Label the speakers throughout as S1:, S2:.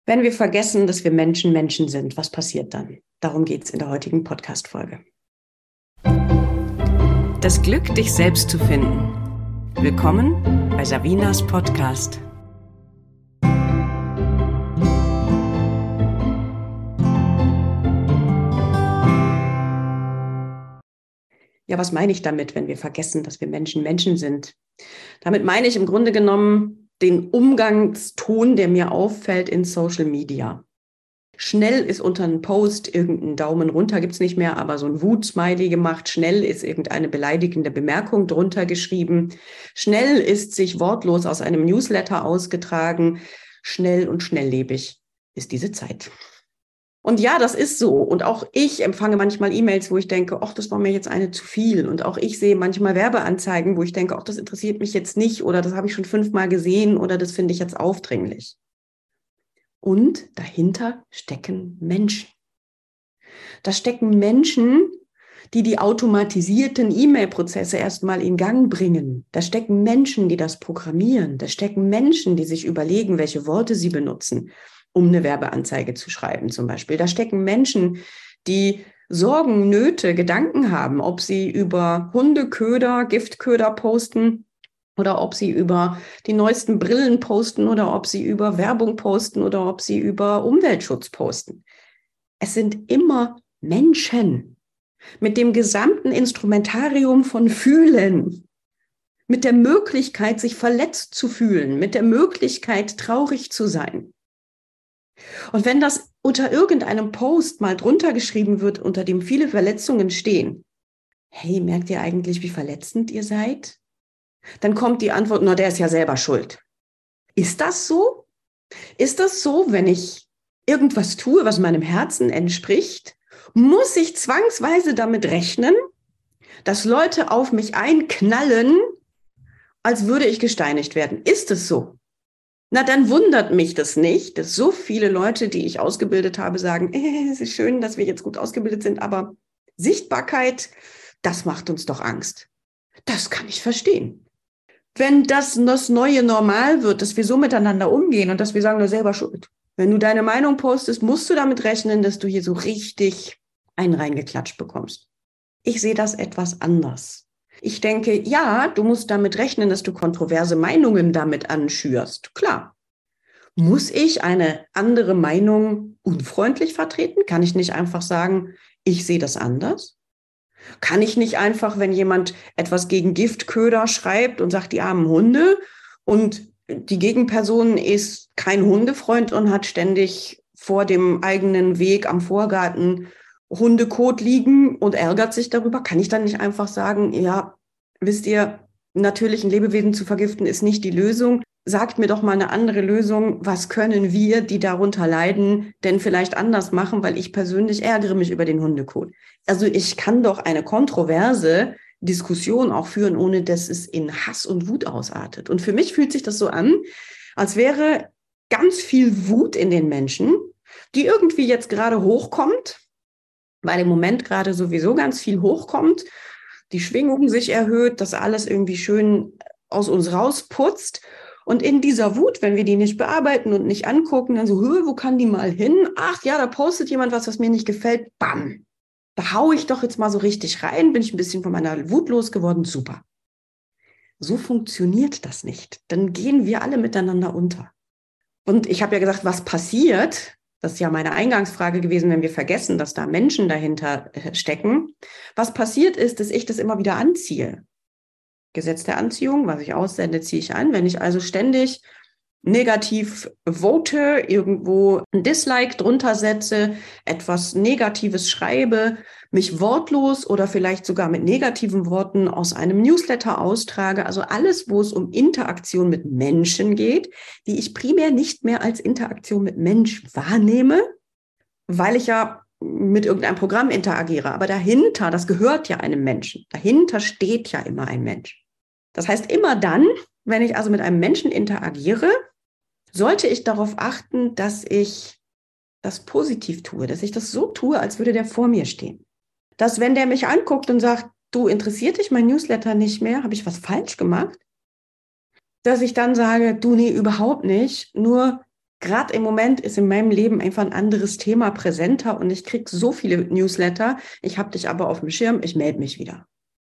S1: Wenn wir vergessen, dass wir Menschen sind, was passiert dann? Darum geht es in der heutigen Podcast-Folge.
S2: Das Glück, dich selbst zu finden. Willkommen bei Sabinas Podcast.
S1: Ja, was meine ich damit, wenn wir vergessen, dass wir Menschen sind? Damit meine ich im Grunde genommen den Umgangston, der mir auffällt in Social Media. Schnell ist unter einem Post irgendein Daumen runter, gibt es nicht mehr, aber so ein Wut-Smiley gemacht. Schnell ist irgendeine beleidigende Bemerkung drunter geschrieben. Schnell ist sich wortlos aus einem Newsletter ausgetragen. Schnell und schnelllebig ist diese Zeit. Und ja, das ist so. Und auch ich empfange manchmal E-Mails, wo ich denke, ach, das war mir jetzt eine zu viel. Und auch ich sehe manchmal Werbeanzeigen, wo ich denke, ach, das interessiert mich jetzt nicht oder das habe ich schon 5-mal gesehen oder das finde ich jetzt aufdringlich. Und dahinter stecken Menschen. Da stecken Menschen, die automatisierten E-Mail-Prozesse erstmal in Gang bringen. Da stecken Menschen, die das programmieren. Da stecken Menschen, die sich überlegen, welche Worte sie benutzen, um eine Werbeanzeige zu schreiben zum Beispiel. Da stecken Menschen, die Sorgen, Nöte, Gedanken haben, ob sie über Hundeköder, Giftköder posten oder ob sie über die neuesten Brillen posten oder ob sie über Werbung posten oder ob sie über Umweltschutz posten. Es sind immer Menschen mit dem gesamten Instrumentarium von Fühlen, mit der Möglichkeit, sich verletzt zu fühlen, mit der Möglichkeit, traurig zu sein. Und wenn das unter irgendeinem Post mal drunter geschrieben wird, unter dem viele Verletzungen stehen, hey, merkt ihr eigentlich, wie verletzend ihr seid? Dann kommt die Antwort, na, der ist ja selber schuld. Ist das so? Ist das so, wenn ich irgendwas tue, was meinem Herzen entspricht, muss ich zwangsweise damit rechnen, dass Leute auf mich einknallen, als würde ich gesteinigt werden? Ist es so? Na, dann wundert mich das nicht, dass so viele Leute, die ich ausgebildet habe, sagen, es ist schön, dass wir jetzt gut ausgebildet sind, aber Sichtbarkeit, das macht uns doch Angst. Das kann ich verstehen. Wenn das neue Normal wird, dass wir so miteinander umgehen und dass wir sagen, du selber schuld. Wenn du deine Meinung postest, musst du damit rechnen, dass du hier so richtig einen reingeklatscht bekommst. Ich sehe das etwas anders. Ich denke, ja, du musst damit rechnen, dass du kontroverse Meinungen damit anschürst. Klar. Muss ich eine andere Meinung unfreundlich vertreten? Kann ich nicht einfach sagen, ich sehe das anders? Kann ich nicht einfach, wenn jemand etwas gegen Giftköder schreibt und sagt, die armen Hunde und die Gegenperson ist kein Hundefreund und hat ständig vor dem eigenen Weg am Vorgarten Hundekot liegen und ärgert sich darüber, kann ich dann nicht einfach sagen, ja, wisst ihr, natürlich ein Lebewesen zu vergiften ist nicht die Lösung. Sagt mir doch mal eine andere Lösung. Was können wir, die darunter leiden, denn vielleicht anders machen, weil ich persönlich ärgere mich über den Hundekot. Also ich kann doch eine kontroverse Diskussion auch führen, ohne dass es in Hass und Wut ausartet. Und für mich fühlt sich das so an, als wäre ganz viel Wut in den Menschen, die irgendwie jetzt gerade hochkommt, weil im Moment gerade sowieso ganz viel hochkommt, die Schwingung sich erhöht, dass alles irgendwie schön aus uns rausputzt. Und in dieser Wut, wenn wir die nicht bearbeiten und nicht angucken, dann so, wo kann die mal hin? Ach ja, da postet jemand was mir nicht gefällt. Bam, da haue ich doch jetzt mal so richtig rein, bin ich ein bisschen von meiner Wut losgeworden. Super. So funktioniert das nicht. Dann gehen wir alle miteinander unter. Und ich habe ja gesagt, was passiert? Das ist ja meine Eingangsfrage gewesen, wenn wir vergessen, dass da Menschen dahinter stecken. Was passiert ist, dass ich das immer wieder anziehe. Gesetz der Anziehung, was ich aussende, ziehe ich an. Wenn ich also ständig negativ vote, irgendwo ein Dislike drunter setze, etwas Negatives schreibe, mich wortlos oder vielleicht sogar mit negativen Worten aus einem Newsletter austrage, also alles, wo es um Interaktion mit Menschen geht, die ich primär nicht mehr als Interaktion mit Mensch wahrnehme, weil ich ja mit irgendeinem Programm interagiere. Aber dahinter, das gehört ja einem Menschen. Dahinter steht ja immer ein Mensch. Das heißt, immer dann, wenn ich also mit einem Menschen interagiere, sollte ich darauf achten, dass ich das positiv tue, dass ich das so tue, als würde der vor mir stehen. Dass, wenn der mich anguckt und sagt, du, interessiert dich mein Newsletter nicht mehr, habe ich was falsch gemacht? Dass ich dann sage, du, nee, überhaupt nicht, nur Gerade im Moment ist in meinem Leben einfach ein anderes Thema präsenter und ich kriege so viele Newsletter. Ich habe dich aber auf dem Schirm, ich melde mich wieder.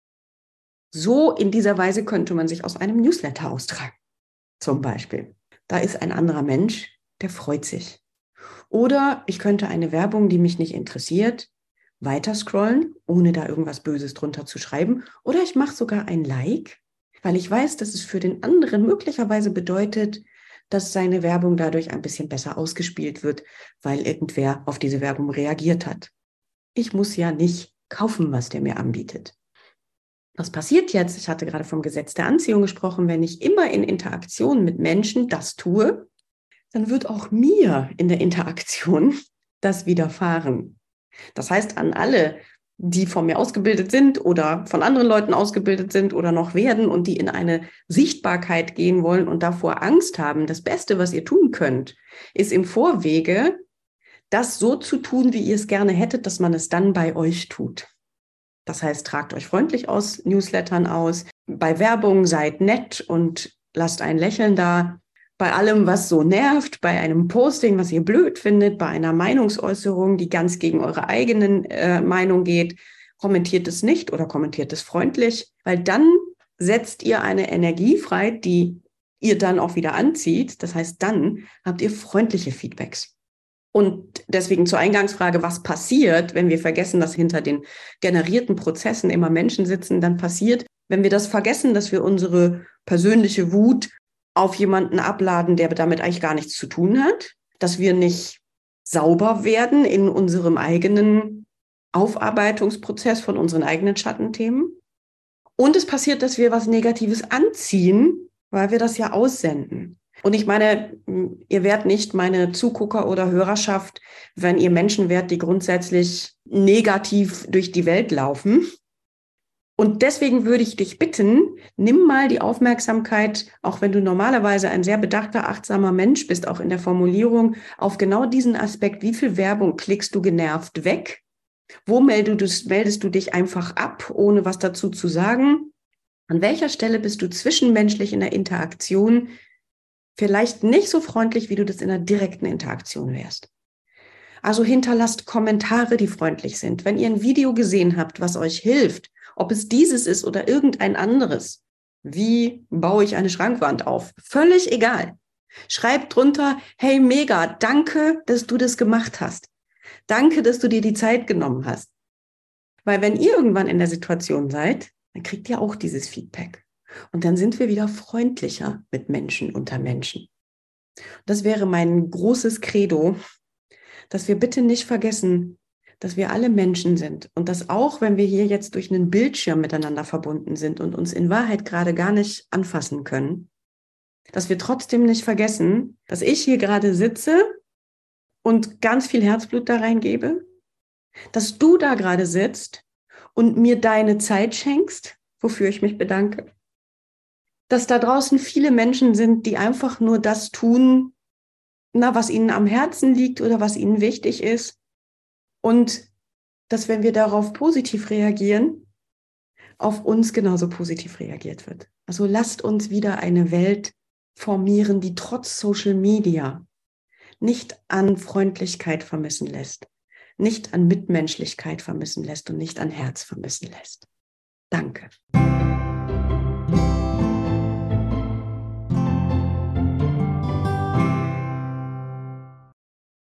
S1: So in dieser Weise könnte man sich aus einem Newsletter austragen. Zum Beispiel. Da ist ein anderer Mensch, der freut sich. Oder ich könnte eine Werbung, die mich nicht interessiert, weiter scrollen, ohne da irgendwas Böses drunter zu schreiben. Oder ich mache sogar ein Like, weil ich weiß, dass es für den anderen möglicherweise bedeutet, dass seine Werbung dadurch ein bisschen besser ausgespielt wird, weil irgendwer auf diese Werbung reagiert hat. Ich muss ja nicht kaufen, was der mir anbietet. Was passiert jetzt? Ich hatte gerade vom Gesetz der Anziehung gesprochen. Wenn ich immer in Interaktion mit Menschen das tue, dann wird auch mir in der Interaktion das widerfahren. Das heißt, an alle, die von mir ausgebildet sind oder von anderen Leuten ausgebildet sind oder noch werden und die in eine Sichtbarkeit gehen wollen und davor Angst haben, das Beste, was ihr tun könnt, ist im Vorwege, das so zu tun, wie ihr es gerne hättet, dass man es dann bei euch tut. Das heißt, tragt euch freundlich aus Newslettern aus. Bei Werbung seid nett und lasst ein Lächeln da. Bei allem, was so nervt, bei einem Posting, was ihr blöd findet, bei einer Meinungsäußerung, die ganz gegen eure eigenen Meinung geht, kommentiert es nicht oder kommentiert es freundlich, weil dann setzt ihr eine Energie frei, die ihr dann auch wieder anzieht. Das heißt, dann habt ihr freundliche Feedbacks. Und deswegen zur Eingangsfrage, was passiert, wenn wir vergessen, dass hinter den generierten Prozessen immer Menschen sitzen, dann passiert, wenn wir das vergessen, dass wir unsere persönliche Wut auf jemanden abladen, der damit eigentlich gar nichts zu tun hat, dass wir nicht sauber werden in unserem eigenen Aufarbeitungsprozess von unseren eigenen Schattenthemen. Und es passiert, dass wir was Negatives anziehen, weil wir das ja aussenden. Und ich meine, ihr wärt nicht meine Zugucker oder Hörerschaft, wenn ihr Menschen wärt, die grundsätzlich negativ durch die Welt laufen. Und deswegen würde ich dich bitten, nimm mal die Aufmerksamkeit, auch wenn du normalerweise ein sehr bedachter, achtsamer Mensch bist, auch in der Formulierung, auf genau diesen Aspekt, wie viel Werbung klickst du genervt weg? Wo meldest du dich einfach ab, ohne was dazu zu sagen? An welcher Stelle bist du zwischenmenschlich in der Interaktion vielleicht nicht so freundlich, wie du das in einer direkten Interaktion wärst? Also hinterlasst Kommentare, die freundlich sind. Wenn ihr ein Video gesehen habt, was euch hilft, ob es dieses ist oder irgendein anderes, wie baue ich eine Schrankwand auf? Völlig egal. Schreibt drunter, hey mega, danke, dass du das gemacht hast. Danke, dass du dir die Zeit genommen hast. Weil wenn ihr irgendwann in der Situation seid, dann kriegt ihr auch dieses Feedback. Und dann sind wir wieder freundlicher mit Menschen unter Menschen. Das wäre mein großes Credo, dass wir bitte nicht vergessen, dass wir alle Menschen sind und dass auch, wenn wir hier jetzt durch einen Bildschirm miteinander verbunden sind und uns in Wahrheit gerade gar nicht anfassen können, dass wir trotzdem nicht vergessen, dass ich hier gerade sitze und ganz viel Herzblut da reingebe, dass du da gerade sitzt und mir deine Zeit schenkst, wofür ich mich bedanke, dass da draußen viele Menschen sind, die einfach nur das tun, was ihnen am Herzen liegt oder was ihnen wichtig ist. Und dass, wenn wir darauf positiv reagieren, auf uns genauso positiv reagiert wird. Also lasst uns wieder eine Welt formieren, die trotz Social Media nicht an Freundlichkeit vermissen lässt, nicht an Mitmenschlichkeit vermissen lässt und nicht an Herz vermissen lässt. Danke.